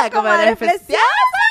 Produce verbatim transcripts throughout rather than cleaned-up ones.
Hola, comadre preciosa.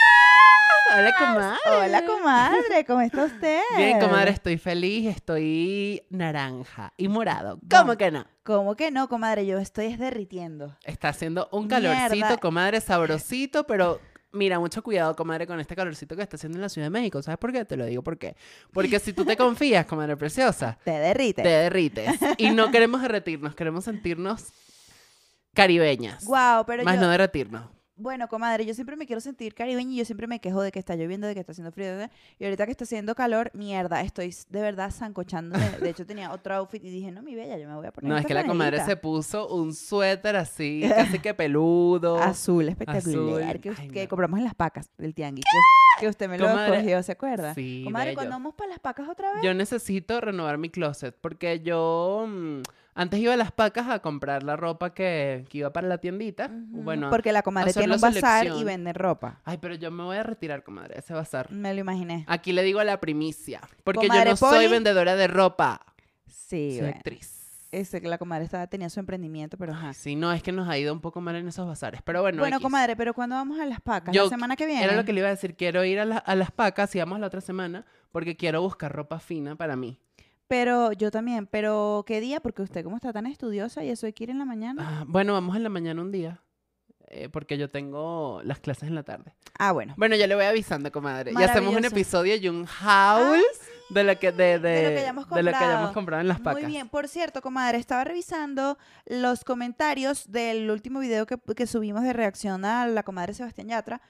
Hola, comadre. Hola, comadre, ¿cómo está usted? Bien, comadre, estoy feliz, estoy naranja y morado. ¿Cómo Bueno, que no? ¿Cómo que no, comadre? Yo estoy es derritiendo. Está haciendo un Mierda. calorcito, comadre, sabrosito, pero mira, mucho cuidado, comadre, con este calorcito que está haciendo en la Ciudad de México. ¿Sabes por qué? Te lo digo por qué. Porque si tú te confías, comadre preciosa, Te derrite. te derrites. Y no queremos derretirnos, queremos sentirnos caribeñas. Guau, pero Más yo... no derretirnos. Bueno, comadre, yo siempre me quiero sentir caribeña y yo siempre me quejo de que está lloviendo, de que está haciendo frío. ¿verdad? Y ahorita que está haciendo calor, mierda, estoy de verdad zancochándome. De hecho, tenía otro outfit y dije, no, mi bella, yo me voy a poner No, es esta que la comadre franelita se puso un suéter así, casi que peludo. azul espectacular Azul. que, Ay, que no. compramos en las pacas del tianguis. Que, que usted me lo Comadre, escogió, ¿se acuerda? sí, Comadre, bello. cuando vamos para las pacas otra vez. Yo necesito renovar mi closet porque yo mm, antes iba a las pacas a comprar la ropa que, que iba para la tiendita. Ujú, Bueno, porque la comadre hacer tiene la un bazar selección. y vende ropa. Ay, pero yo me voy a retirar, comadre, ese bazar. Me lo imaginé. Aquí le digo la primicia, porque Comadre yo no soy Poli. vendedora de ropa, Sí, soy bueno. actriz. Ese que la comadre estaba, tenía su emprendimiento, pero ajá. Sí, no, es que nos ha ido un poco mal en esos bazares, pero bueno, Bueno, X. comadre, pero cuando vamos a las pacas, Yo la semana que viene. Era lo que le iba a decir, quiero ir a, la- a las pacas, y vamos la otra semana, porque quiero buscar ropa fina para mí. Pero yo también, pero ¿qué día? Porque usted como está tan estudiosa y eso hay que ir en la mañana. Ah, bueno, vamos en la mañana un día, eh, porque yo tengo las clases en la tarde. Ah, bueno. Bueno, yo le voy avisando, comadre. Y hacemos un Maravilloso. episodio y un haul Ay, de lo que de, de, de lo que hayamos de lo que hayamos comprado. comprado en las pacas. Muy bien. Por cierto, comadre, estaba revisando los comentarios del último video que, que subimos de reacción a la comadre Sebastián Yatra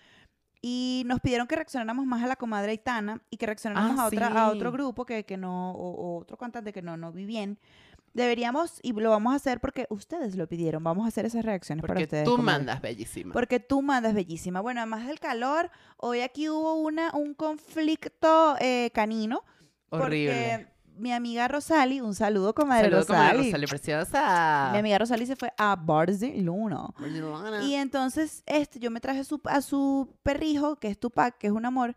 y nos pidieron que reaccionáramos más a la comadre Aitana y que reaccionáramos Ah, a, otra, a sí. otro grupo que, que no, o, o otro cantante que no, no vi bien. Deberíamos, y lo vamos a hacer porque ustedes lo pidieron, vamos a hacer esas reacciones para Porque ustedes. tú comadre. mandas, bellísima. Porque tú mandas bellísima. Bueno, además del calor, hoy aquí hubo una, un conflicto eh, canino. Horrible. Porque mi amiga Rosali, un saludo, comadre Saludos, comadre Rosali. Rosalie preciosa. Mi amiga Rosali se fue a Barcelona. Barcelona. Y entonces este, yo me traje su- a su perrijo, que es Tupac, que es un amor.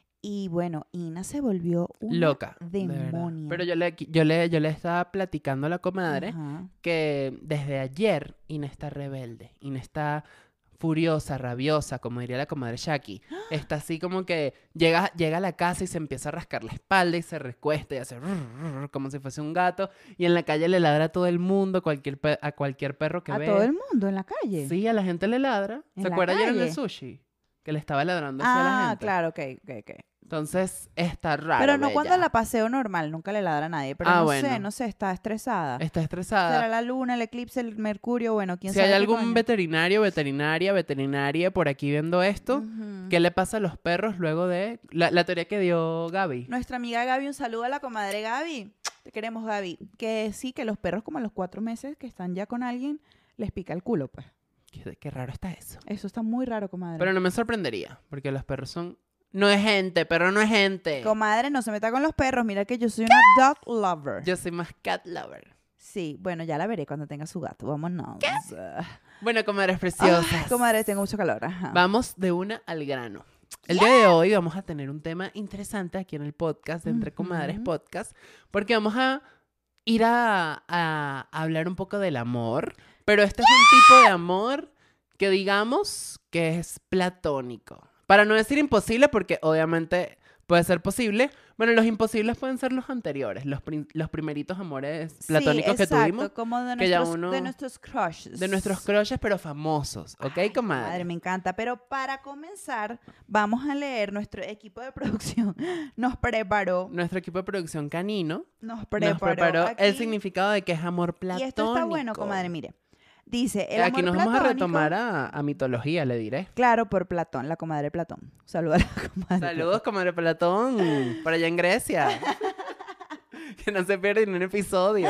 Y bueno, Ina se volvió una Loca. de verdad. demonia. Pero yo le, yo, le, yo le estaba platicando a la comadre Ajá. que desde ayer Ina está rebelde. Ina está furiosa, rabiosa, como diría la comadre Shaki. Está así como que llega, llega a la casa y se empieza a rascar la espalda y se recuesta y hace rrr, rrr, como si fuese un gato. Y en la calle le ladra a todo el mundo, cualquier pe- a cualquier perro que A ve. todo el mundo en la calle. Sí, a la gente le ladra. ¿En ¿Se la acuerda ayer en el calle? sushi? Que le estaba ladrando así a la Ah, gente. claro, ok, ok, ok. Entonces, está raro, Pero no bella. cuando la paseo normal, nunca le ladra a nadie. Pero Ah, no bueno. sé, no sé, está estresada. Está Será estresada. la luna, el eclipse, el mercurio, bueno, quién Si sabe hay qué algún coño. veterinario, veterinaria, veterinaria por aquí viendo esto, Ujú. ¿qué le pasa a los perros luego de la, la teoría que dio Gaby? Nuestra amiga Gaby, un saludo a la comadre Gaby. Te queremos, Gaby. Que sí, que los perros como a los cuatro meses que están ya con alguien, les pica el culo, pues. Qué, qué raro está eso. Eso está muy raro, comadre. Pero no me sorprendería, porque los perros son... No es gente, pero no es gente. Comadre, no se meta con los perros. Mira que yo soy una dog lover. Yo soy más cat lover. Sí, bueno, ya la veré cuando tenga su gato. Vámonos. Bueno, comadres preciosas. Ay, comadre, tengo mucho calor. Ajá. Vamos de una al grano. El día de hoy vamos a tener un tema interesante aquí en el podcast de Entre Comadres Ujú. Podcast, porque vamos a ir a, a hablar un poco del amor, pero este es un tipo de amor que digamos que es platónico. Para no decir imposible, porque obviamente puede ser posible. Bueno, los imposibles pueden ser los anteriores, los, prim- los primeritos amores platónicos sí, que exacto, tuvimos. como de que ya nuestros, uno- de nuestros crushes. De nuestros crushes, pero famosos, ¿ok, Ay, comadre? Madre, me encanta. Pero para comenzar, vamos a leer. Nuestro equipo de producción nos preparó. Nuestro equipo de producción canino Nos preparó, nos preparó aquí. el significado de que es amor Y platónico. esto está bueno, comadre, mire. Dice, el Aquí amor nos vamos a platónico- retomar a, a mitología, le diré. Claro, por Platón, la comadre Platón. Saludos a la comadre. Saludos, comadre Platón, por allá en Grecia. Que no se pierden un episodio.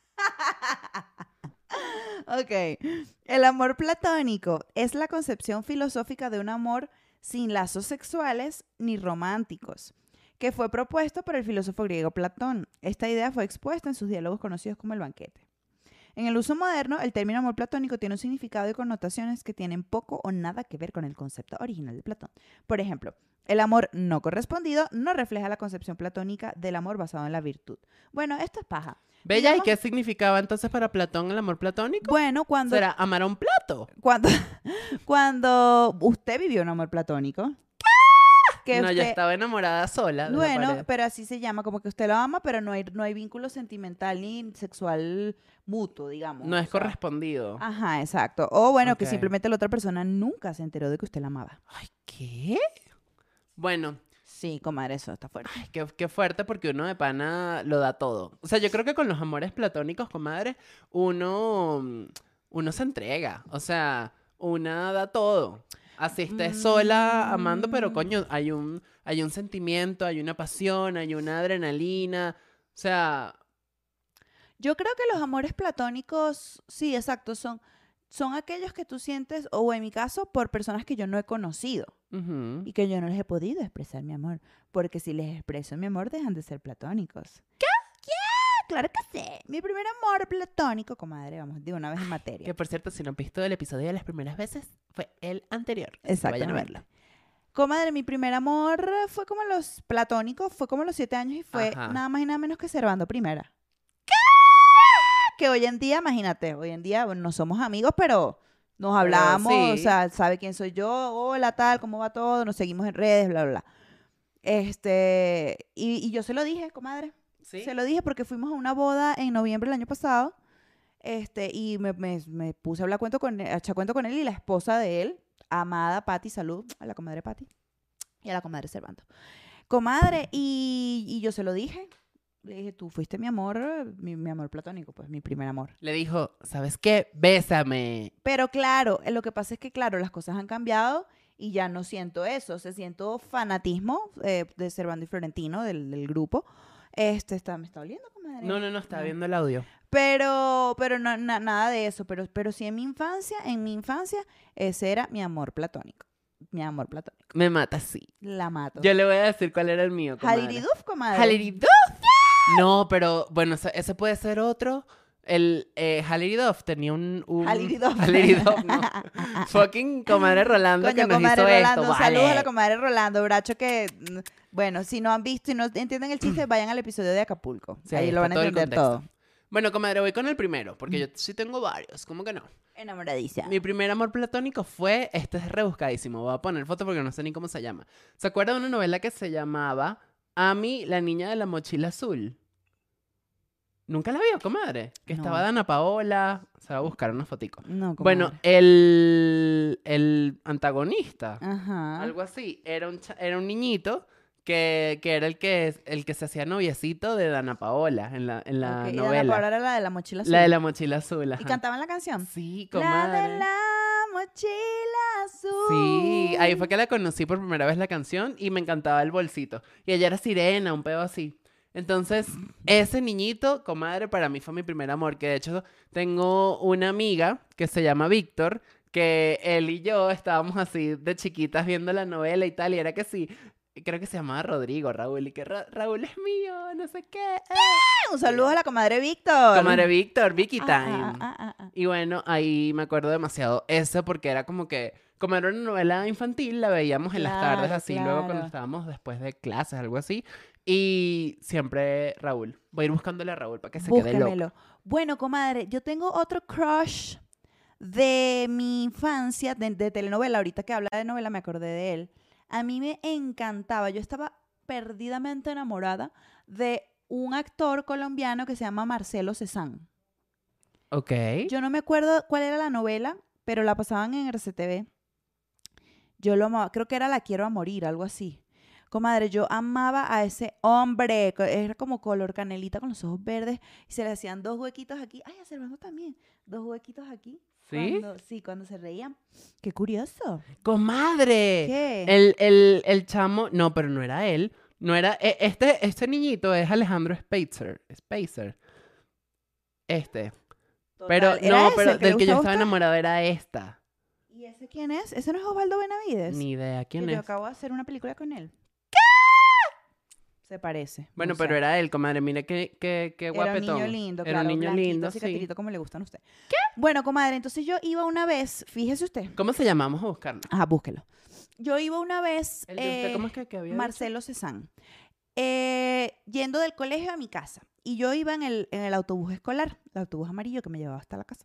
Ok. El amor platónico es la concepción filosófica de un amor sin lazos sexuales ni románticos, que fue propuesto por el filósofo griego Platón. Esta idea fue expuesta en sus diálogos conocidos como el banquete. En el uso moderno, el término amor platónico tiene un significado y connotaciones que tienen poco o nada que ver con el concepto original de Platón. Por ejemplo, El amor no correspondido no refleja la concepción platónica del amor basado en la virtud. Bueno, esto es paja. Bella, ¿y Digamos- qué significaba entonces para Platón el amor platónico? Bueno, cuando, ¿Será amar a un plato? cuando, cuando usted vivió un amor platónico. Que No, yo usted- estaba enamorada sola de la Bueno, pared. pero así se llama, como que usted lo ama, pero no hay, no hay vínculo sentimental ni sexual mutuo, digamos. No o es sea. correspondido. Ajá, exacto. O bueno, que Ok. simplemente la otra persona nunca se enteró de que usted la amaba. Ay, ¿qué? Bueno, Sí, comadre, eso está fuerte. ay, qué, qué fuerte porque uno de pana lo da todo. O sea, yo creo que con los amores platónicos, comadre, uno, mm, uno se entrega. O sea, una da todo. Así estés sola amando, pero Mm. coño, hay un, hay un sentimiento, hay una pasión, hay una adrenalina. O sea, Yo creo que los amores platónicos, sí, exacto, son, son aquellos que tú sientes, o en mi caso, por personas que yo no he conocido ujú. y que yo no les he podido expresar mi amor. Porque si les expreso mi amor, dejan de ser platónicos. ¿Qué? Claro que sí. Mi primer amor platónico, comadre, vamos, de una vez en materia. Que por cierto, si no han visto el episodio de las primeras veces, fue el anterior. Así que vayan a Exactamente. verlo. Comadre, mi primer amor fue como los platónicos, fue como los siete años y fue Ajá. nada más y nada menos que Servando Primera. Que hoy en día, imagínate, hoy en día bueno, no somos amigos, pero nos hablamos, sí. o sea, sabe quién soy yo, hola, tal, cómo va todo, nos seguimos en redes, bla, bla, bla. Este, y, y yo se lo dije, comadre, ¿Sí? se lo dije porque fuimos a una boda en noviembre del año pasado, este, y me, me- me puse a hablar cuento con, a echar cuento con él y la esposa de él, amada Patti, salud a la comadre Patti y a la comadre Servando. Comadre, y, y yo se lo dije. Le dije, tú fuiste mi amor, mi, mi amor platónico, pues mi primer amor. Le dijo, ¿sabes qué? Bésame. Pero claro, eh, lo que pasa es que, claro, las cosas han cambiado y ya no siento eso. O sea, siento fanatismo eh, de Servando y Florentino, del, del grupo. Este, está, me está oliendo, comadre. No, no, no, estaba No. viendo el audio. Pero, pero no, na- nada de eso. Pero, pero sí en mi infancia, en mi infancia, ese era mi amor platónico. Mi amor platónico. Me mata, sí. La mato. Yo le voy a decir cuál era el mío, comadre. Haliriduf, comadre. Haliriduf. No, pero bueno, ese, ese puede ser otro. El eh, Haliriduf tenía un... un... Haliriduf. Haliriduf, no. Fucking comadre Rolando que Coño, nos comadre hizo Rolando, esto, un saludo a vale. la comadre Rolando, bracho que, mm, bueno, si no han visto y no entienden el chiste, vayan al episodio de Acapulco. Sí, ahí ahí lo está van a todo el entender contexto. todo. Bueno, comadre, voy con el primero, porque yo sí tengo varios, ¿cómo que no? Enamoradiza. Mi primer amor platónico fue, este es rebuscadísimo, voy a poner foto porque no sé ni cómo se llama. ¿Se acuerda de una novela que se llamaba Amy, la niña de la mochila azul? ¿Nunca la vio, comadre? Que No. estaba Dana Paola, se va a buscar una fotico. No, Bueno, comadre. el, el antagonista, Ajá. algo así, era un, cha- era un niñito que, que era el que, el que se hacía noviecito de Dana Paola en la, en la Ok, y Dana novela. Paola era la de la mochila azul. La de la mochila azul, ¿Y ajá. cantaban la canción? Sí, La comadre. de la mochila azul. Sí, ahí fue que la conocí por primera vez la canción y me encantaba el bolsito. Y ella era sirena, un pedo así. Entonces, ese niñito, comadre, para mí fue mi primer amor. Que de hecho, tengo una amiga que se llama Víctor, que él y yo estábamos así de chiquitas viendo la novela y tal. Y era que sí, creo que se llamaba Rodrigo, Raúl. Y que "Ra- Raúl es mío, no sé qué. eh". Un saludo a la comadre Víctor. Comadre Víctor, Vicky Ah, Time. ah, ah, ah, ah. Y bueno, ahí me acuerdo demasiado eso porque era como que, como era una novela infantil, la veíamos en las tardes Claro, así, luego cuando claro. estábamos después de clases, algo así. Y siempre Raúl. Voy a ir buscándole a Raúl para que se quede loco. Búsquemelo. Bueno, comadre, yo tengo otro crush de mi infancia, de, de telenovela. Ahorita que habla de novela me acordé de él. A mí me encantaba. Yo estaba perdidamente enamorada de un actor colombiano que se llama Marcelo Cezanne. Ok. Yo no me acuerdo cuál era la novela, pero la pasaban en R C T V. Yo lo amaba, creo que era La Quiero a Morir, algo así. Comadre, yo amaba a ese hombre, co- era como color canelita con los ojos verdes y se le hacían dos huequitos aquí. Ay, a Servando también, dos huequitos aquí. ¿Sí? Cuando, sí, cuando se reían. Qué curioso. ¡Comadre! ¿Qué? El, el, el chamo, no, pero no era él. No era, e- este, este niñito es Alejandro Spacer. Spacer. Este. Total, Pero, ¿era no, ese pero el que del le que yo gustaba a estaba usted? enamorado era esta. ¿Y ese quién es? ¿Ese no es Osvaldo Benavides? Ni idea Que quién yo es. acabo de hacer una película con él. Se parece. Bueno, no pero sé. era él, comadre. Mire qué, qué, qué Era un guapetón. niño lindo, Era claro. un niño blanquito, lindo, sí. cicatrito, como le gustan a usted. ¿Qué? Bueno, comadre, entonces yo iba una vez, fíjese usted. ¿Cómo se llama? Vamos a buscarlo. Ajá, búsquelo. Yo iba una vez. ¿El de usted eh, cómo es que, que había dicho? Marcelo Cezanne. Eh, yendo del colegio a mi casa. Y yo iba en el, en el autobús escolar, el autobús amarillo que me llevaba hasta la casa.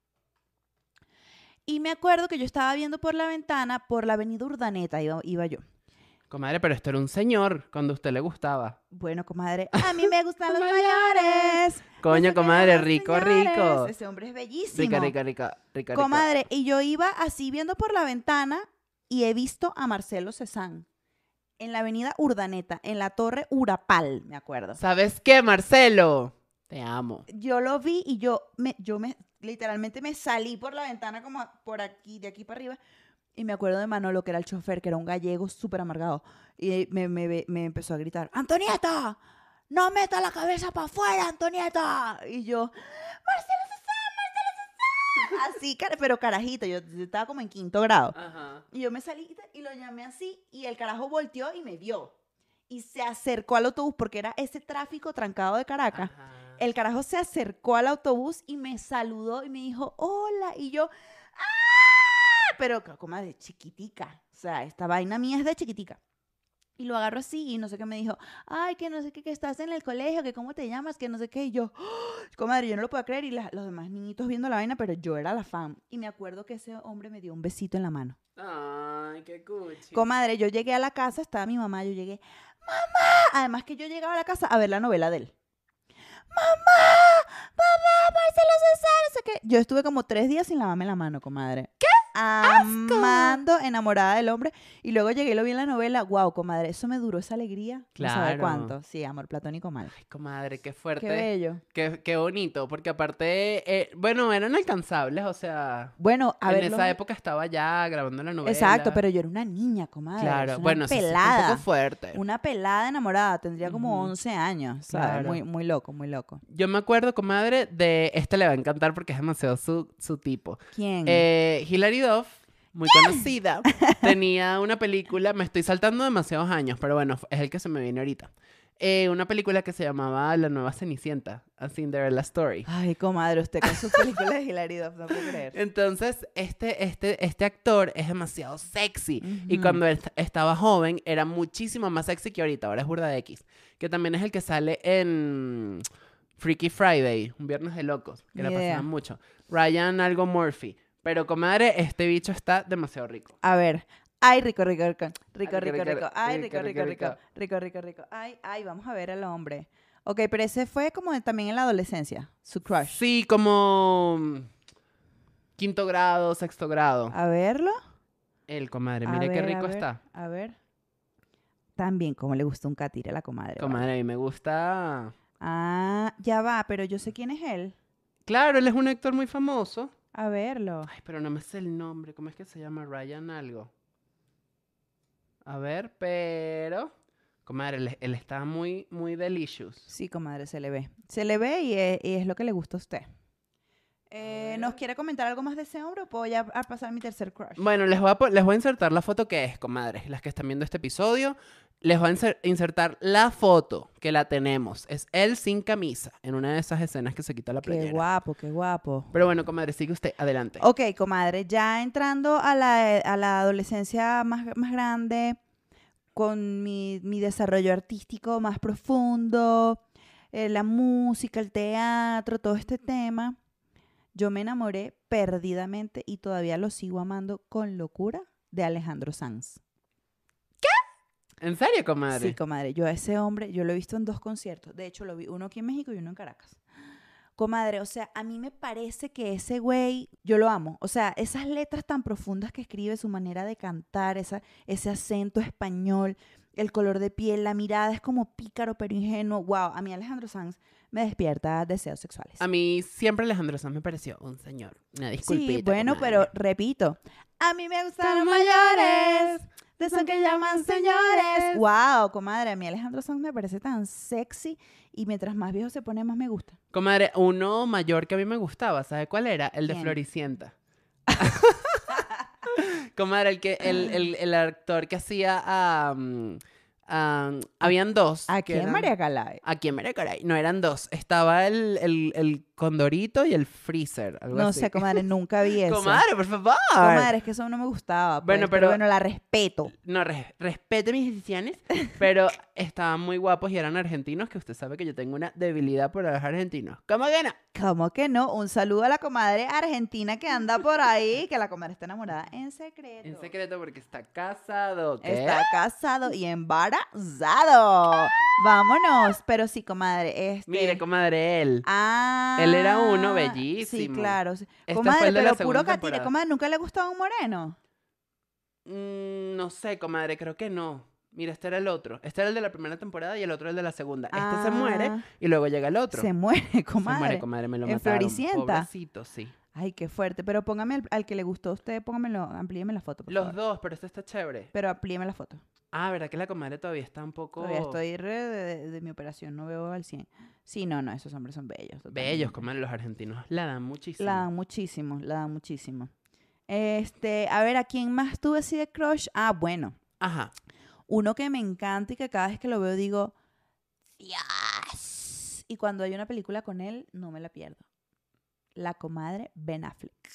Y me acuerdo que yo estaba viendo por la ventana, por la avenida Urdaneta iba, iba yo. Comadre, pero esto era un señor cuando a usted le gustaba. Bueno, comadre, a mí me gustan los mayores. Coño, No sé qué, comadre, los rico, señores. rico. Ese hombre es bellísimo. Rica, rica, rica, rica, rica. Comadre, y yo iba así viendo por la ventana y he visto a Marcelo Cezanne en la avenida Urdaneta, en la torre Urapal, me acuerdo. ¿Sabes qué, Marcelo? Te amo. Yo lo vi y yo me, yo me, literalmente me salí por la ventana como por aquí, de aquí para arriba. Y me acuerdo de Manolo, que era el chofer, que era un gallego súper amargado. Y me, me, me empezó a gritar, ¡Antonieta! ¡No meta la cabeza para afuera, Antonieta! Y yo, ¡Marcelo Cezanne, Marcelo Cezanne! Así, cara- pero carajito, yo, yo estaba como en quinto grado. Ajá. Y yo me salí y lo llamé así y el carajo volteó y me vio. Y se acercó al autobús porque era ese tráfico trancado de Caracas. Ajá. El carajo se acercó al autobús y me saludó y me dijo, hola. Y yo, ¡ah! Pero como de chiquitica. O sea, esta vaina mía es de chiquitica. Y lo agarro así y no sé qué me dijo, ay, que no sé qué, que estás en el colegio, que cómo te llamas, que no sé qué. Y yo, ¡oh! Comadre, yo no lo puedo creer. Y la- los demás niñitos viendo la vaina, pero yo era la fan. Y me acuerdo que ese hombre me dio un besito en la mano. Ay, qué cuchi. Comadre, yo llegué a la casa, estaba mi mamá, yo llegué, ¡mamá! Además que yo llegaba a la casa a ver la novela de él. ¡Mamá! ¡Mamá! ¡Marcelo Cezanne! No sé qué. Yo estuve como tres días sin lavarme la mano, comadre. ¿Qué? Amando, enamorada del hombre. Y luego llegué y lo vi en la novela. Wow, comadre, eso me duró esa alegría. No sabe Claro. cuánto. Sí, amor platónico mal. Ay, comadre, qué fuerte. Qué bello. Qué, qué bonito, porque aparte, eh, bueno, eran alcanzables, o sea, Bueno, a en ver. esa los- época estaba ya grabando la novela. Exacto, pero yo era una niña, comadre. Claro, es una bueno, sí, sí, pelada. un poco fuerte. Una pelada enamorada, tendría como Ujú. once años, ¿sabes? Claro. Muy, muy loco, muy loco. Yo me acuerdo, comadre, de este le va a encantar porque es demasiado su, su tipo. ¿Quién? Eh, Hilary Duff, muy conocida, tenía una película, me estoy saltando demasiados años, pero bueno, es el que se me viene ahorita. Eh, una película que se llamaba La Nueva Cenicienta, A Cinderella Story. Ay, comadre, usted con sus películas de Hilary Duff, no puedo creer. Entonces, este, este, este actor es demasiado sexy. Y Ujú. cuando él est- estaba joven, era muchísimo más sexy que ahorita. Ahora es burda de X. Que también es el que sale en Freaky Friday, un viernes de locos, que Ni la idea. pasaban mucho. Ryan algo Murphy. Pero, comadre, este bicho está demasiado rico. A ver. Ay, rico, rico, rico. Rico, Ay, rico, rico, rico, rico. Ay, rico, rico, rico, rico, rico. Rico, rico, rico. Ay, ay, vamos a ver al hombre. Ok, pero ese fue como de- también en la adolescencia, su crush. Sí, como mm, quinto grado, sexto grado. A verlo. El comadre, A mire qué ver, a rico ver, está. A ver. También como le gusta un catire a la comadre. ¿vale? Comadre, a mí me gusta. Ah, ya va, pero yo sé quién es él. Claro, él es un actor muy famoso. A verlo. Ay, pero no me sé el nombre. ¿Cómo es que se llama? Ryan algo. A ver, pero... Comadre, él, él está muy, muy delicious. Sí, comadre, se le ve. Se le ve y es, y es lo que le gusta a usted. Eh, ver. ¿Nos quiere comentar algo más de ese hombre o puedo ya a pasar mi tercer crush? Bueno, les voy, a, po- les voy a insertar la foto que es, comadre. Las que están viendo este episodio, les voy a inser- insertar la foto que la tenemos. Es él sin camisa, en una de esas escenas que se quita la Qué playera. guapo, qué guapo. Pero bueno, comadre, sigue usted. Adelante. Ok, comadre, ya entrando a la, a la adolescencia más, más grande, con mi, mi desarrollo artístico más profundo, eh, la música, el teatro, todo este tema, yo me enamoré perdidamente y todavía lo sigo amando con locura de Alejandro Sanz. ¿En serio, comadre? Sí, comadre, yo a ese hombre, yo lo he visto en dos conciertos. De hecho, lo vi uno aquí en México y uno en Caracas. Comadre, o sea, a mí me parece que ese güey, yo lo amo. O sea, esas letras tan profundas que escribe, su manera de cantar, esa, ese acento español, el color de piel, la mirada es como pícaro pero ingenuo. Wow, a mí Alejandro Sanz me despierta deseos sexuales. A mí siempre Alejandro Sanz me pareció un señor. Una disculpita, Sí, bueno, comadre. pero repito, a mí me gustan los mayores, de esos que llaman señores. Wow, comadre, a mí Alejandro Sanz me parece tan sexy y mientras más viejo se pone, más me gusta. Comadre, uno mayor que a mí me gustaba, ¿sabe cuál era? El de ¿Quién? Floricienta. Comadre, el, que, el, el, el actor que hacía a, mm, ah, habían dos. que Aquí en eran- María Calay. Aquí en Maracaray. No, eran dos. Estaba el, el, el condorito y el freezer, algo No así. sé, comadre, nunca vi eso. Comadre, por favor. Comadre, es que eso no me gustaba. Pues, Bueno, pero... pero- bueno, la respeto. No, res- respete mis decisiones, pero estaban muy guapos y eran argentinos, que usted sabe que yo tengo una debilidad por los argentinos. ¿Cómo que no? ¿Cómo que no? Un saludo a la comadre argentina que anda por ahí, que la comadre está enamorada en secreto. En secreto porque está casado. ¿Qué? Está casado y embarazado. Vámonos. Pero sí, comadre, este... Mire, comadre, él. Ah. Él era uno Sí, bellísimo. claro. sí. Este Comadre, fue el de la pero puro segunda catire. temporada. Comadre, ¿nunca le ha gustado un moreno? Mm, no sé, comadre, creo que no. Mira, este era el otro. Este era el de la primera temporada y el otro el de la segunda. Este se muere Ah. y luego llega el otro. Se muere, Se comadre. muere, comadre, me lo en mataron. Floricienta. Pobrecito, sí. Ay, qué fuerte. Pero póngame al, al que le gustó a usted, póngamelo, amplíeme la foto, por Los favor. dos, pero este está chévere. Pero amplíeme la foto. Ah, ¿verdad que la comadre todavía está un poco... Todavía estoy re de, de- de mi operación, no veo al cien. Sí, no, no, esos hombres son bellos. Bellos, totalmente. comadre, los argentinos la dan muchísimo. La dan muchísimo, la dan muchísimo. Este, a ver, ¿a quién más tuve así de crush? Ah, bueno, Ajá. uno que me encanta y que cada vez que lo veo digo, Dios. Y cuando hay una película con él, no me la pierdo. La comadre Ben Affleck.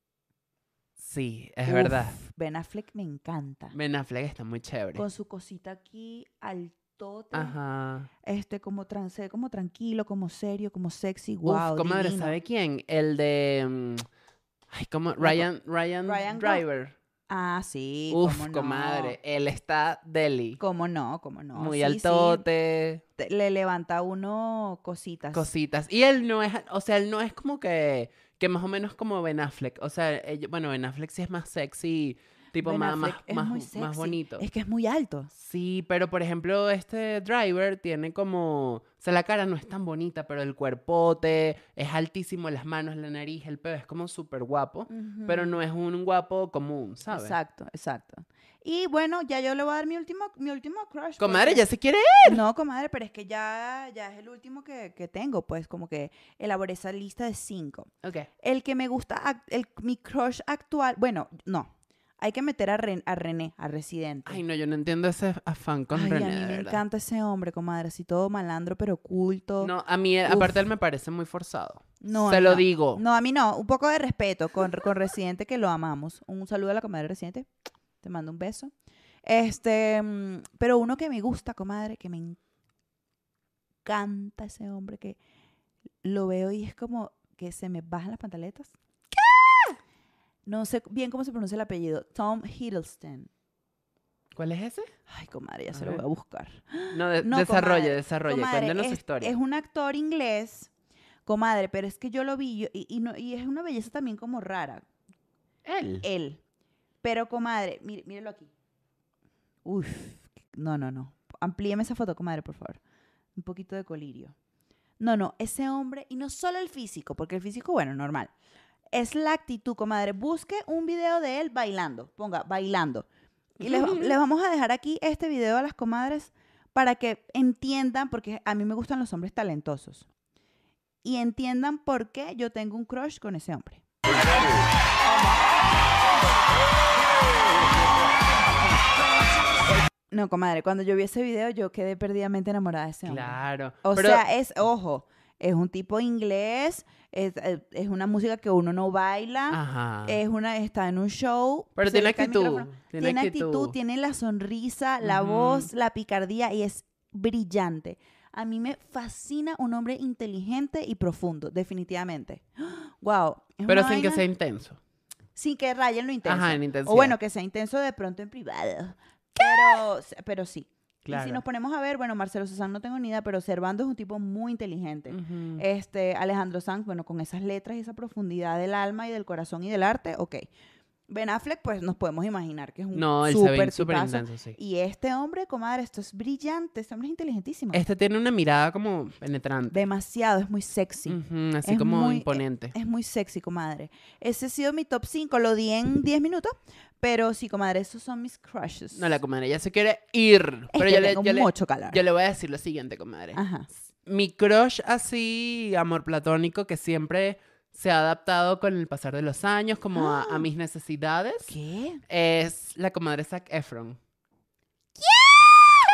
Sí, es Uf, verdad. Ben Affleck me encanta. Ben Affleck está muy chévere. Con su cosita aquí, altote. Ajá. Este, como, tran- se ve como tranquilo, como serio, como sexy. Wow, Uf, comadre, divino. ¿sabe quién? El de... mm, Ay, ¿cómo? Ryan, Ryan, Ryan Go- Driver. Ah, sí, Uf, cómo no. comadre, él está deli. ¿Cómo no? ¿Cómo no? Muy Sí, altote, sí, te- le levanta a uno cositas. cositas. Y él no es, o sea, él no es como que, que más o menos como Ben Affleck. O sea, ella- bueno, Ben Affleck sí es más sexy, tipo Ben más, más, Affleck es más, muy más sexy. bonito. Es que es muy alto. Sí, pero por ejemplo, este Driver tiene como, o sea, la cara no es tan bonita, pero el cuerpote es altísimo, las manos, la nariz, el pelo es como súper guapo, pero no es un guapo común, ¿sabes? Exacto, exacto. Y bueno, ya yo le voy a dar mi último, mi último crush. Comadre, porque- ya se quiere. No, comadre, pero es que ya, ya es el último que, que tengo, pues como que elaboré esa lista de cinco. Ok. El que me gusta, ac- el, mi crush actual, bueno, no, hay que meter a, Ren- a René, a Residente. Ay, no, yo no entiendo ese afán con Ay, René, a mí de me verdad. encanta ese hombre, comadre, así todo malandro, pero oculto. No, a mí, eh, Uf. aparte, él me parece muy forzado. No, Se a mí lo no. digo. No, a mí no, un poco de respeto con, con Residente, que lo amamos. Un saludo a la comadre Residente, te mando un beso. Este, mm, pero uno que me gusta, comadre, que me encanta ese hombre, que lo veo y es como que se me bajan las pantaletas. ¿Qué? No sé bien cómo se pronuncia el apellido. Tom Hiddleston. ¿Cuál es ese? Ay, comadre, ya A se lo ver. voy a buscar. No, de- No, desarrolle, comadre, desarrolle. Comadre, Cuéntanos es, su historia. es un actor inglés, comadre, pero es que yo lo vi yo- y, y, no- y es una belleza también como rara. Él. Él. Pero, comadre, mire, mírelo aquí. Uf, no, no, no. Amplíeme esa foto, comadre, por favor. Un poquito de colirio. No, no, ese hombre, y no solo el físico, porque el físico, bueno, normal. Es la actitud, comadre. Busque un video de él bailando. Ponga, bailando. Y les, les vamos a dejar aquí este video a las comadres para que entiendan, porque a mí me gustan los hombres talentosos. Y entiendan por qué yo tengo un crush con ese hombre. No, comadre, cuando yo vi ese video yo quedé perdidamente enamorada de ese hombre. Claro. O Pero- sea, es, ojo, es un tipo inglés, es, es- es una música que uno no baila, Ajá. es una, está en un show. Pero se tiene le cae el actitud, micrófono. tiene Tiene actitud, actitud. tiene la sonrisa, la Ujú. voz, la picardía y es brillante. A mí me fascina un hombre inteligente y profundo, definitivamente. Wow. es Pero una sin que vaina- sea intenso. sin que rayen lo intenso. Ajá, en intensidad. O bueno, que sea intenso de pronto en privado. Pero, pero sí. Y Claro. si nos ponemos a ver, bueno, Marcelo Cezanne no tengo ni idea, pero Servando es un tipo muy inteligente. Ujú. Este, Alejandro Sanz, bueno, con esas letras y esa profundidad del alma y del corazón y del arte, ok. Ben Affleck, pues nos podemos imaginar que es un No, él se ve súper súper tipazo. intenso, sí. Y este hombre, comadre, esto es brillante, este hombre es inteligentísimo. Este tiene una mirada como penetrante. Demasiado, es muy sexy. Ujú, así Es como muy- imponente. Es muy sexy, comadre. Ese ha sido mi top cinco, lo di en diez minutos, pero sí, comadre, esos son mis crushes. No, la comadre ya se quiere ir. Es Pero que yo le, tengo yo, le, mucho calor. yo le voy a decir lo siguiente, comadre. Ajá. Mi crush así, amor platónico, que siempre se ha adaptado con el pasar de los años, como a, a mis necesidades, ¿Qué? es la comadre Zac Efron.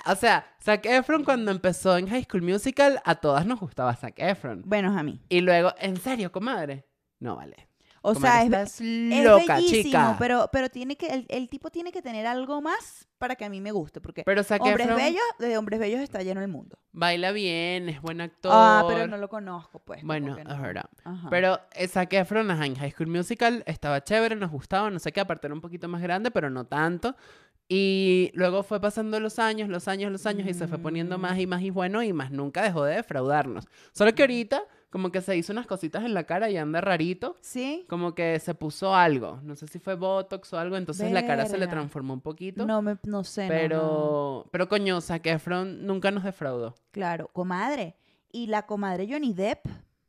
O sea, Zac Efron cuando empezó en High School Musical, a todas nos gustaba Zac Efron. Bueno, a mí. Y luego, ¿en serio, comadre? No vale. O Comadre, sea, es, estás es loca, bellísimo, chica. pero, pero tiene que, el, el tipo tiene que tener algo más para que a mí me guste, porque Pero Zac hombres Efron bellos, de hombres bellos está lleno el mundo. baila bien, es buen actor. Ah, pero no lo conozco, pues. como Bueno, que es no. verdad. Ajá. Pero eh, Zac Efron, ajá, en High School Musical estaba chévere, nos gustaba, no sé qué, aparte era un poquito más grande, pero no tanto. Y luego fue pasando los años, los años, los años, y se fue poniendo más y más y bueno, y más nunca dejó de defraudarnos. Solo que ahorita, como que se hizo unas cositas en la cara y anda rarito. ¿Sí? Como que se puso algo. No sé si fue Botox o algo, entonces la cara se le Verga. transformó un poquito. No, me, no sé, no, pero, no. pero coño, Zac Efron nunca nos defraudó. Claro, comadre. Y la comadre Johnny Depp,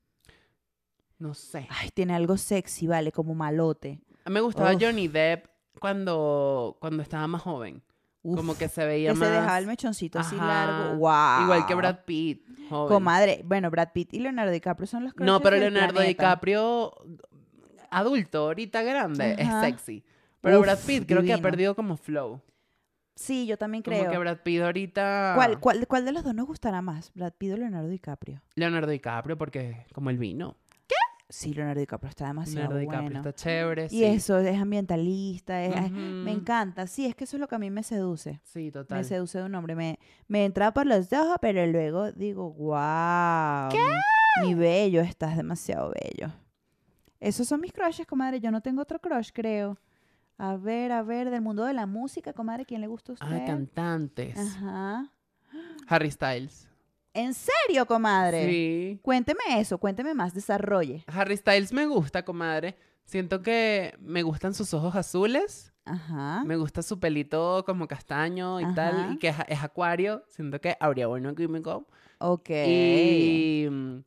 No sé. ay, tiene algo sexy, vale, como malote. A mí me gustaba Uf. Johnny Depp cuando, cuando estaba más joven. Uf, Como que se veía que más... se dejaba el mechoncito así Ajá. largo. ¡Wow! Igual que Brad Pitt, joven. Comadre, bueno, Brad Pitt y Leonardo DiCaprio son los No, crushes pero del Leonardo planeta. DiCaprio, adulto, ahorita grande, Ajá. es sexy. Pero Uf, Brad Pitt creo que ha divino. perdido como flow. Sí, yo también Como que creo. Brad Pitt ahorita... ¿Cuál, cuál, ¿Cuál de los dos nos gustará más? ¿Brad Pitt o Leonardo DiCaprio? Leonardo DiCaprio, porque como el vino. Sí, Leonardo DiCaprio está demasiado Leonardo DiCaprio bueno. está chévere, Y sí. eso, es ambientalista, es- ay, me Ujú. encanta. Sí, es que eso es lo que a mí me seduce. Sí, Me total. seduce de un hombre. Me, me entra por los ojos, pero luego digo, wow, mi, mi bello, estás demasiado bello. Esos son mis crushes, comadre. Yo no tengo otro crush, creo. A ver, a ver, del mundo de la música, comadre, ¿quién le gusta a usted? Ah, cantantes. Ajá. Harry Styles. ¿En serio, comadre? Sí. Cuénteme eso, cuénteme más, desarrolle. Harry Styles me gusta, comadre. Siento que me gustan sus ojos azules. Ajá. Me gusta su pelito como castaño y Ajá. tal. Y que es, es acuario. Siento que habría bueno químico. Ok. Y,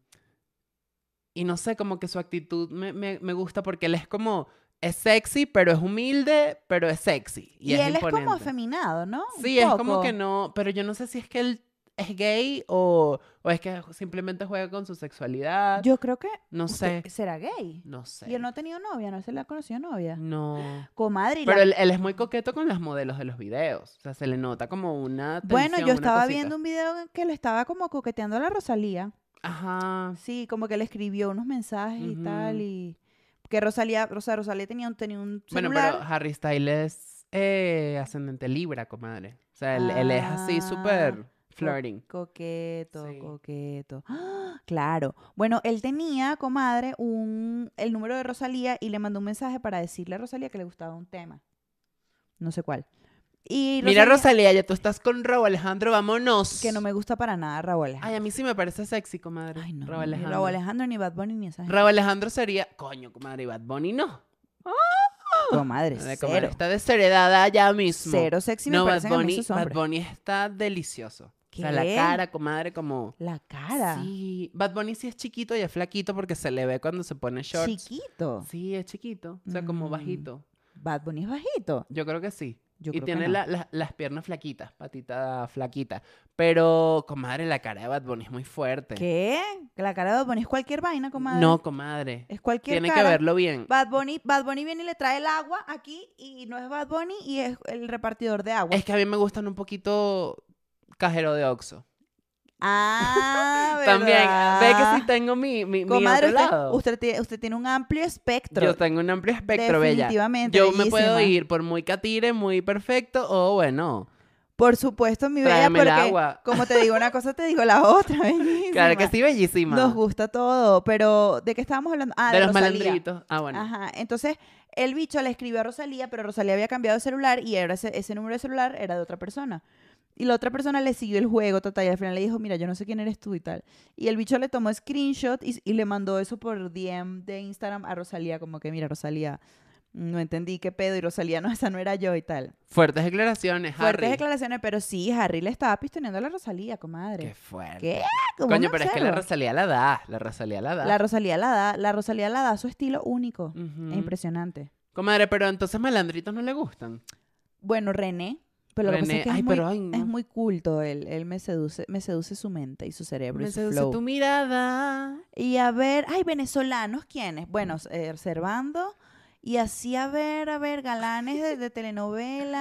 y no sé, como que su actitud me, me, me gusta porque él es como... Es sexy, pero es humilde, pero es sexy. Y, Y, es él es imponente. como afeminado, ¿no? Un Sí, es como poco. que no... Pero yo no sé si es que él es gay o, o es que simplemente juega con su sexualidad. Yo creo que No usted sé. será gay. No sé. Y él no ha tenido novia, no se le ha conocido novia. No. Comadre, y Pero la- él, él es muy coqueto con las modelos de los videos. O sea, se le nota como una Bueno, tensión, yo una estaba cosita. viendo un video en que le estaba como coqueteando a la Rosalía. Ajá. Sí, como que le escribió unos mensajes y Ujú. tal. Y que Rosalía, o sea, Rosalía tenía un, tenía un Bueno, celular. pero Harry Styles es eh, ascendente Libra, comadre. O sea, él, él es así Ah, súper co- flirting. Coqueto, Sí. coqueto. ¡Ah! Claro. Bueno, él tenía, comadre, un, el número de Rosalía y le mandó un mensaje para decirle a Rosalía que le gustaba un tema. No sé cuál. Y Mira, Rosalía- Rosalía, ya tú estás con Raúl Alejandro, vámonos. Que no me gusta para nada Raúl Alejandro. Ay, a mí sí me parece sexy, comadre. Ay, no. Raúl Ni Alejandro. Raúl Alejandro, ni Bad Bunny, ni esa gente. Raúl Alejandro sería... Coño, comadre, y Bad Bunny no. Comadre, La comadre cero. está desheredada ya mismo. Cero sexy me no, Bad parecen a mí Bunny, esos Bad hombres. Bunny está delicioso. O sea, ¿Qué? la cara, comadre, como... La cara. Sí, Bad Bunny sí es chiquito y es flaquito porque se le ve cuando se pone shorts. Chiquito. Sí, es chiquito, o sea, como Mm. bajito. Bad Bunny es bajito. Yo creo que sí. Yo y creo tiene que no. la- la- las piernas flaquitas, patita flaquita. Pero, comadre, la cara de Bad Bunny es muy fuerte. ¿Qué? Que la cara de Bad Bunny es cualquier vaina, comadre. No, comadre. Es cualquier Tiene cara. que verlo bien. Bad Bunny, Bad Bunny viene y le trae el agua aquí y no es Bad Bunny y es el repartidor de agua. Es que a mí me gustan un poquito cajero de Oxxo. Ah, También, ¿verdad? ve que sí tengo mi, mi, mi Comadre, otro usted, lado. usted, tiene, usted tiene un amplio espectro. Yo tengo un amplio espectro, bella. Definitivamente, Yo me puedo bellísima. ir por muy catire, muy perfecto, o bueno, Por supuesto, mi bella, tráeme el porque agua. como te digo una cosa, te digo la otra. Bellísima. Claro que sí, bellísima. Nos gusta todo, pero ¿de qué estábamos hablando? Ah, de de, los Rosalía. malandritos. Ah, bueno. Ajá, entonces el bicho le escribió a Rosalía, pero Rosalía había cambiado de celular y ahora ese, ese número de celular era de otra persona. Y la otra persona le siguió el juego, total, y al final le dijo, mira, yo no sé quién eres tú y tal. Y el bicho le tomó screenshot y, y le mandó eso por D M de Instagram a Rosalía, como que, mira, Rosalía, no entendí qué pedo, y Rosalía, no, esa no era yo y tal. Fuertes declaraciones, Fuertes Harry. declaraciones, pero sí, Harry le estaba pistoneando a la Rosalía, comadre. Qué fuerte. ¿Qué? ¿Cómo Coño, no pero es que la hacerlo? Rosalía la da. La Rosalía la da. La Rosalía la da, la Rosalía la da su estilo único. Ujú. Es impresionante. Comadre, pero entonces malandritos no le gustan. Bueno, René, pero lo que pasa René, es que es, ay, muy, pero ay, no. es muy culto él. Él me seduce, me seduce su mente y su cerebro y Me su seduce flow. tu mirada. Y a ver, ay, venezolanos, ¿quiénes? Bueno, eh, Servando. Y así a ver, a ver, galanes de, de telenovela.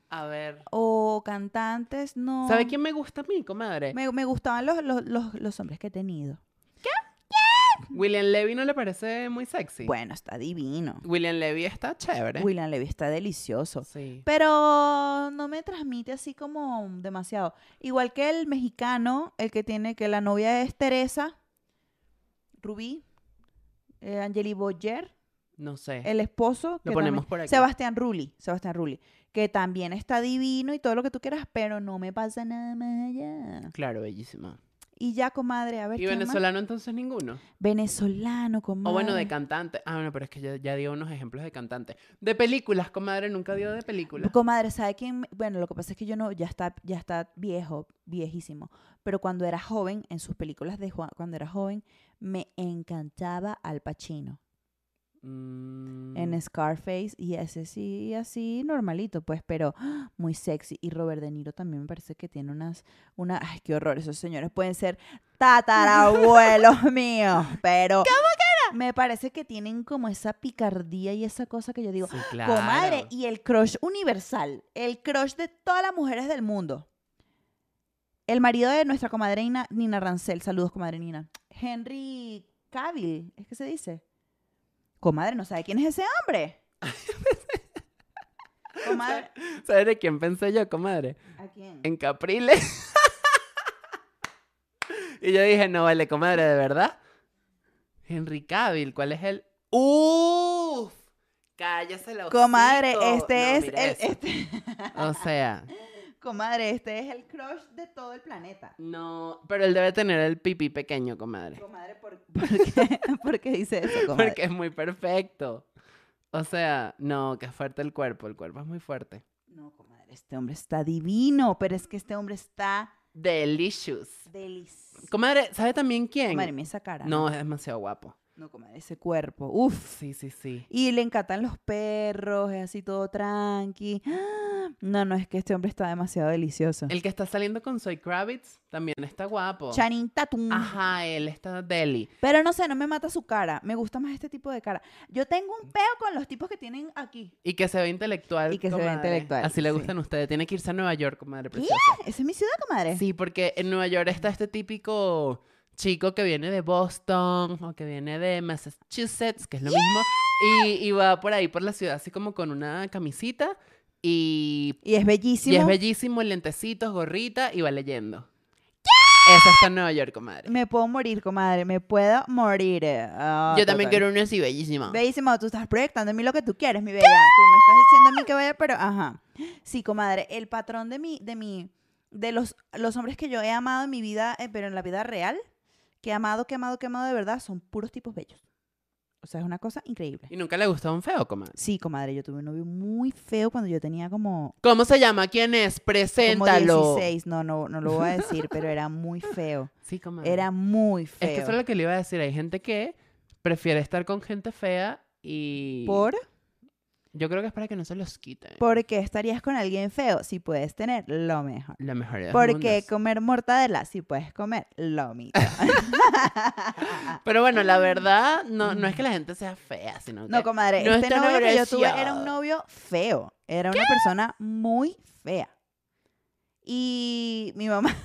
A ver. O cantantes, no. ¿Sabe quién me gusta a mí, comadre? Me, me gustaban los, los, los, los hombres que he tenido. William Levy no le parece muy sexy. Bueno, está divino. William Levy está chévere. William Levy está delicioso. Sí. Pero no me transmite así como demasiado. Igual que el mexicano, el que tiene, que la novia es Teresa, Rubí, eh, Angeli Boyer, No sé. el esposo. Lo que ponemos también- por aquí. Sebastián Rulli, Sebastián Rulli, que también está divino y todo lo que tú quieras, pero no me pasa nada más allá. Claro, bellísimo. Y ya, comadre, a ver ¿Y quién más. venezolano entonces ninguno? Venezolano, comadre. O bueno, de cantante. Ah, bueno, pero es que ya, ya dio unos ejemplos de cantante. De películas, comadre, nunca dio de películas. Comadre, ¿sabe quién? me- Bueno, lo que pasa es que yo no, ya está, ya está viejo, viejísimo. Pero cuando era joven, en sus películas de Juan, cuando era joven, me encantaba Al Pacino. Mm, En Scarface, y ese sí, así normalito, pues, pero ¡ah! Muy sexy. Y Robert De Niro también me parece que tiene unas, una, ay, qué horror, esos señores pueden ser tatarabuelos míos, pero me parece que tienen como esa picardía y esa cosa que yo digo, sí, claro. comadre, y el crush universal, el crush de todas las mujeres del mundo. El marido de nuestra comadre Nina, Nina Rancel, saludos, comadre Nina. Henry Cavill, ¿es que se dice? Comadre, ¿no sabe quién es ese hombre? Comadre, ¿Sabes de quién pensé yo, comadre? ¿a quién? En Capriles. Y yo dije, no vale, comadre, ¿de verdad? Henry Cavill, ¿cuál es el...? ¡Uf! Cállese la hocico. Comadre, este No, es mire el, eso. este, O sea, comadre, este es el crush de todo el planeta. no... Pero él debe tener el pipí pequeño, comadre. Comadre, ¿por, por qué, ¿por qué dice eso, comadre? Porque es muy perfecto. O sea, no, que fuerte el cuerpo. El cuerpo es muy fuerte. No, comadre, este hombre está divino, pero es que este hombre está Delicious. delicioso. Comadre, ¿sabe también quién? Comadre, mira esa cara. No, es demasiado guapo. No, comadre, ese cuerpo. Uf. Sí, sí, sí. Y le encantan los perros, es así todo tranqui. ¡Ah! No, no, es que este hombre está demasiado delicioso. El que está saliendo con Zoe Kravitz también está guapo. Channing Tatum. Ajá, él está deli. Pero no sé, no me mata su cara. Me gusta más este tipo de cara. Yo tengo un peo con los tipos que tienen aquí. Y que se ve intelectual. Y que se ve comadre. intelectual, Así le sí. gustan a ustedes. Tiene que irse a Nueva York, comadre ¿Qué? preciosa. ¿Esa es mi ciudad, comadre? Sí, porque en Nueva York está este típico chico que viene de Boston o que viene de Massachusetts, que es lo mismo, y, y va por ahí por la ciudad así como con una camisita y, Y es bellísimo. y es bellísimo, lentecitos, gorrita y va leyendo. Eso está en Nueva York, comadre. Me puedo morir, comadre. Me puedo morir. Ah, Yo también total. quiero uno así bellísimo. Bellísimo, tú estás proyectando en mí lo que tú quieres, mi bella. Tú me estás diciendo a mí que vaya, pero ajá. Sí, comadre, el patrón de mi, de mi, de los, los hombres que yo he amado en mi vida, eh, pero en la vida real, que he amado, que he amado, que he amado de verdad, son puros tipos bellos. O sea, es una cosa increíble. ¿Y nunca le gustó un feo, comadre? Sí, comadre, yo tuve un novio muy feo cuando yo tenía como, ¿Cómo se llama? ¿Quién es? como Preséntalo. dieciséis. No, no, no lo voy a decir, pero era muy feo. Sí, comadre. Era muy feo. Es que eso es lo que le iba a decir. Hay gente que prefiere estar con gente fea y... ¿Por? Yo creo que es para que no se los quiten. ¿Por qué estarías con alguien feo si puedes tener lo mejor? La mejor de los ¿Por mundos. qué comer mortadela si puedes comer lo mismo? Pero bueno, la verdad, no, no es que la gente sea fea, sino que... No, comadre, no este es tan novio que yo tuve agraciado. era un novio feo. Era una persona muy fea. Y mi mamá...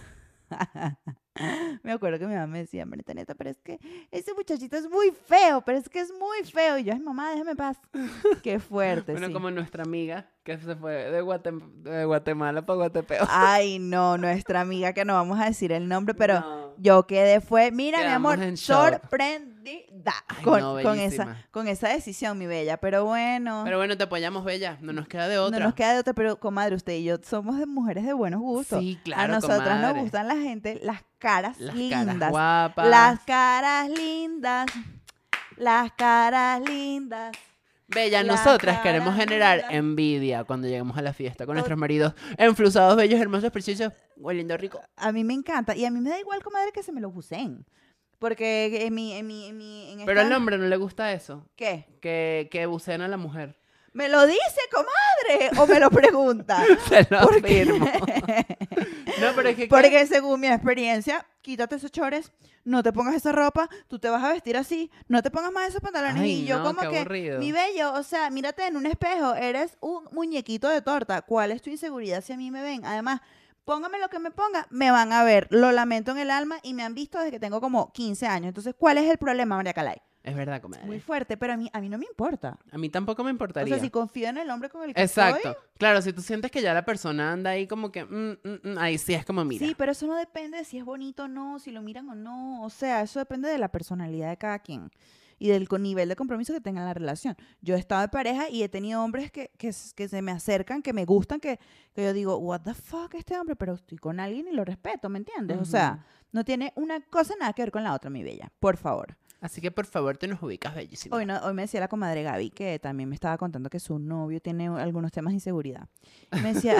Me acuerdo que mi mamá me decía, Marita Neta, pero es que ese muchachito es muy feo, pero es que es muy feo. Y yo, ay, mamá, déjame en paz. Qué fuerte, Bueno, sí. como nuestra amiga que se fue de, Guatem- de Guatemala para Guatepeo. Ay, no, nuestra amiga, que no vamos a decir el nombre, pero No. yo quedé fue, mira, mi Quedamos amor, en shock. sorprendida Ay, con, no, con bellísima. esa, con esa decisión, mi bella. Pero bueno, Pero bueno, te apoyamos, Bella. No nos queda de otra. no nos queda de otra, pero comadre, usted y yo somos de mujeres de buenos gustos. Sí, claro, A nosotras comadre. nos gustan la gente, las caras Las lindas. caras guapas. Las caras lindas. Las caras lindas. Bella, Las nosotras caras queremos generar lindas. envidia cuando lleguemos a la fiesta con nuestros maridos enflusados, bellos, hermosos, preciosos, hueliendo rico. A mí me encanta. Y a mí me da igual, comadre, que se me lo usen. Porque en mi... En mi, en mi en Pero esta- al hombre no le gusta eso, ¿Qué? que, que buceen a la mujer. ¿Me lo dice, comadre? ¿O me lo pregunta? Se lo ¿Por qué? afirmo. No, pero es que... Porque según mi experiencia, quítate esos chores, no te pongas esa ropa, tú te vas a vestir así, no te pongas más esos pantalones. Ay, y yo no, como qué que, aburrido. mi bello, o sea, mírate en un espejo, eres un muñequito de torta. ¿Cuál es tu inseguridad si a mí me ven? Además, póngame lo que me ponga, me van a ver. Lo lamento en el alma y me han visto desde que tengo como quince años. Entonces, ¿cuál es el problema, María Calay? Es verdad, comadre. Muy fuerte, pero a mí, a mí no me importa. A mí tampoco me O importaría. sea, si confío en el hombre con el que Exacto. estoy... Claro, si tú sientes que ya la persona anda ahí como que... mm, mm, mm, ahí sí es como, mira. Sí, pero eso no depende de si es bonito o no, si lo miran o no. O sea, eso depende de la personalidad de cada quien y del co- nivel de compromiso que tenga en la relación. Yo he estado de pareja y he tenido hombres que, que, s- que se me acercan, que me gustan, que, que yo digo, what the fuck este hombre, pero estoy con alguien y lo respeto, ¿me entiendes? O sea, no tiene una cosa nada que ver con la otra, mi bella. Por favor. Así que, por favor, te nos ubicas bellísimo. Hoy, no, hoy me decía la comadre Gaby que también me estaba contando que su novio tiene algunos temas de inseguridad. Y me decía,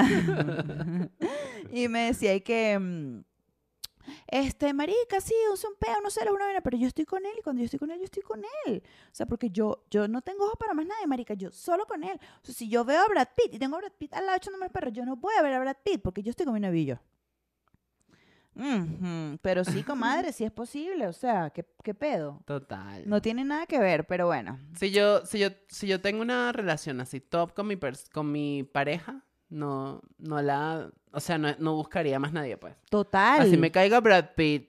y me decía y que, mm, este, marica, sí, usa un peo, no sé, es una vaina, pero yo estoy con él y cuando yo estoy con él, yo estoy con él. O sea, porque yo, yo no tengo ojos para más nadie, marica, yo solo con él. O sea, si yo veo a Brad Pitt y tengo a Brad Pitt al lado echándome el perro, yo no voy a ver a Brad Pitt porque yo estoy con mi novio y yo. Ujú, pero sí, comadre, sí es posible, o sea, ¿qué, qué pedo? Total. No tiene nada que ver, pero bueno. Si yo, si yo, si yo tengo una relación así top con mi, pers- con mi pareja, no, no la... O sea, no, no buscaría más nadie, pues. Total. Así me caiga Brad Pitt.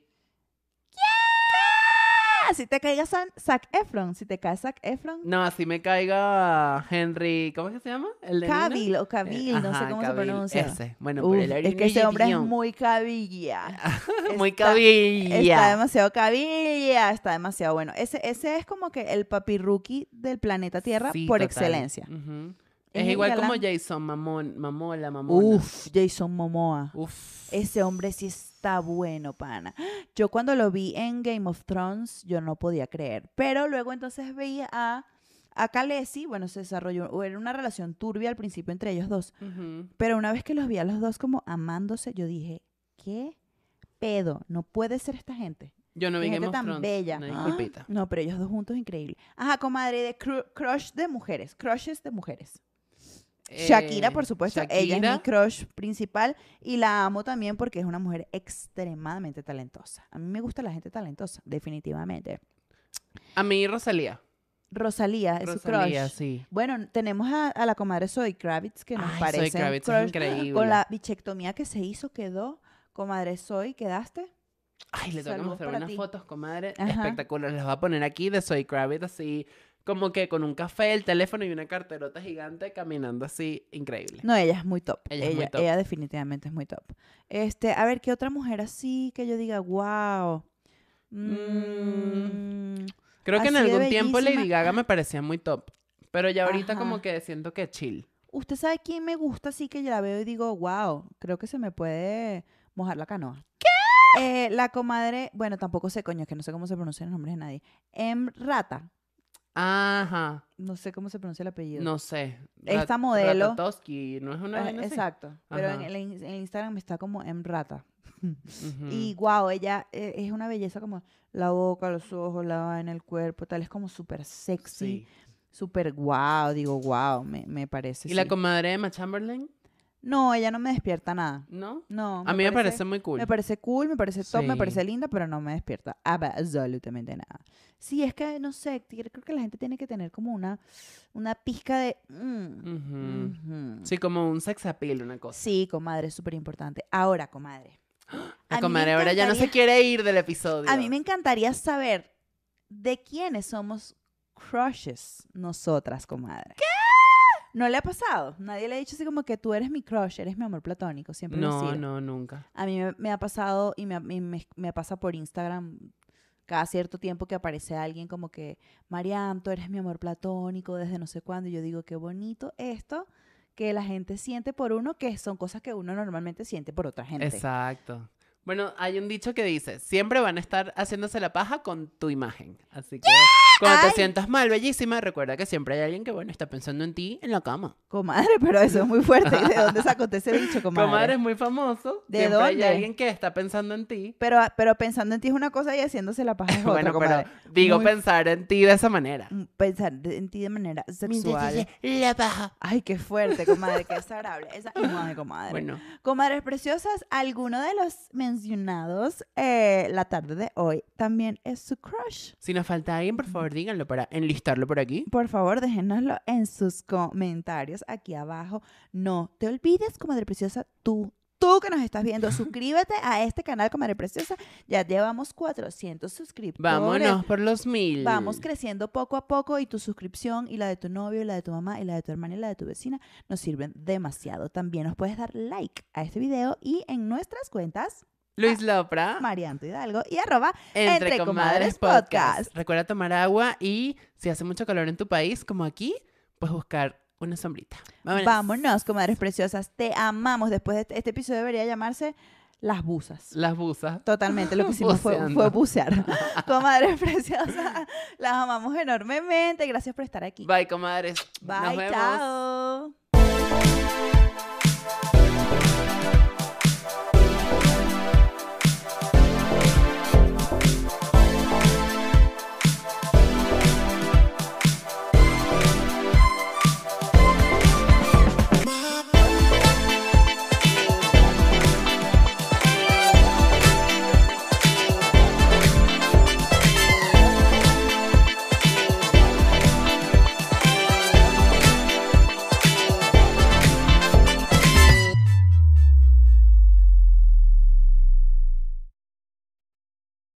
Ah, si te caiga San- Zac Efron, si te cae Zac Efron, No, así me caiga Henry... ¿Cómo es que se llama? ¿El de Nina? Cavill o Cavill, Eh, no sé ajá, cómo se Cavill, pronuncia. Ese. Bueno, Uf, por el es que ese hombre es muy cabilla. muy Está- cabilla. Está demasiado cabilla, está demasiado bueno. Ese, ese es como que el papi rookie del planeta Tierra Sí, por total. excelencia. Ujú. Es Es, el igual como galán. Jason Mamón, Mamola, Mamona. Uf, Jason Momoa. Uf. Ese hombre sí está bueno, pana. Yo cuando lo vi en Game of Thrones, yo no podía creer. Pero luego entonces veía a, a Khaleesi, bueno, se desarrolló, era una relación turbia al principio entre ellos dos. Ujú. Pero una vez que los vi a los dos como amándose, yo dije, ¿qué pedo? No puede ser esta gente. Yo no Qué vi gente Game of tan Thrones. bella. Una ¡Ah! disculpita. No, pero ellos dos juntos, increíble. Ajá, comadre, de cru- crush de mujeres. Crushes de mujeres. Shakira, por Eh, supuesto, ella es Shakira. mi crush principal y la amo también porque es una mujer extremadamente talentosa. A mí me gusta la gente talentosa, definitivamente. A mí, Rosalía. Rosalía es Rosalía, su crush. sí. Bueno, tenemos a, a la comadre Zoe Kravitz que nos Ay, parece Zoe un Kravitz es crush. increíble. Con la bichectomía que se hizo, quedó. Comadre Zoe, ¿quedaste? Ay, le tengo que Saludos mostrar para unas ti. fotos, comadre. Ajá. Espectaculares. Las voy a poner aquí de Zoe Kravitz, así como que con un café, el teléfono y una carterota gigante caminando así. Increíble. No, ella es muy top. Ella Ella, es muy top. ella definitivamente es muy top. Este, a ver, ¿qué otra mujer así que yo diga, wow? Mm, Creo que en así de algún tiempo bellísima. Lady Gaga me parecía muy top. Pero ya ahorita Ajá. como que siento que chill. ¿Usted sabe quién me gusta así que yo la veo y digo, wow, creo que se me puede mojar la canoa? ¿Qué? Eh, la comadre, bueno, tampoco sé, coño, es que no sé cómo se pronuncian los nombres de nadie. Em Rata, Ajá. no sé cómo se pronuncia el apellido. No sé. Esta Rat- modelo- Ratatowski, ¿no es una Ah, vaina así? exacto, pero en Ajá. el, en el Instagram está como Em Rata. Ujú. Y wow, ella eh, es una belleza como la boca, los ojos, la vaina, el cuerpo, tal, es como súper sexy, Sí. súper wow, digo wow, me, me parece. ¿Y la sí. comadre de Emma Chamberlain? No, ella no me despierta nada. ¿No? No. A mí me parece muy cool. Me parece cool, me parece top, me Sí. parece linda, pero no me despierta absolutamente nada. Sí, es que, no sé, t- creo que la gente tiene que tener como una, una pizca de... mm, Ujú. ujú. Sí, como un sex appeal, una cosa. Sí, comadre, es súper importante. Ahora, comadre. La a mí me comadre ahora ya no se encantaría- quiere ir del episodio. A mí me encantaría saber de quiénes somos crushes nosotras, comadre. ¿Qué? ¿No le ha pasado? Nadie le ha dicho así como que tú eres mi crush, eres mi amor platónico, siempre lo he No, sido. no, nunca. A mí me, me ha pasado y me, y me, me pasa por Instagram cada cierto tiempo que aparece alguien como que, Mariam, tú eres mi amor platónico desde no sé cuándo. Y yo digo, qué bonito esto que la gente siente por uno, que son cosas que uno normalmente siente por otra gente. Exacto. Bueno, hay un dicho que dice, siempre van a estar haciéndose la paja con tu imagen. Así que Cuando Ay. te sientas mal, bellísima, recuerda que siempre hay alguien que, bueno, está pensando en ti en la cama. Comadre, pero eso es muy fuerte. ¿Y de dónde sacó usted ese dicho, comadre? Comadre es muy famoso. ¿De siempre dónde? hay alguien que está pensando en ti. Pero, pero pensando en ti es una cosa y haciéndose la paja es otra, Bueno, comadre. pero digo Muy- pensar en ti de esa manera. Mm, Pensar de- en ti de manera sexual. La paja. Ay, qué fuerte, comadre, qué desagradable. Esa imagen, comadre. Bueno, Comadres preciosas, alguno de los mencionados eh, la tarde de hoy también es su crush. si nos falta alguien, por favor, díganlo para enlistarlo por aquí. Por favor, déjenoslo en sus comentarios aquí abajo. No te olvides, comadre preciosa, tú, tú que nos estás viendo, suscríbete a este canal, comadre preciosa. Ya llevamos cuatrocientos suscriptores. Vámonos por los mil. Vamos creciendo poco a poco y tu suscripción y la de tu novio y la de tu mamá y la de tu hermana y la de tu vecina nos sirven demasiado. También nos puedes dar like a este video y en nuestras cuentas Luis Lopra. Marianto Hidalgo y arroba Entre, Entre Comadres Comadres Podcast. Podcast. Recuerda tomar agua y si hace mucho calor en tu país, como aquí, pues buscar una sombrita. Vámonos. Vámonos, comadres preciosas. Te amamos. Después de este, este episodio debería llamarse Las Busas. Las busas. Totalmente, lo que hicimos fue, Buceando. fue bucear. Comadres preciosas, las amamos enormemente. Gracias por estar aquí. Bye, comadres. Nos Bye, vemos. chao.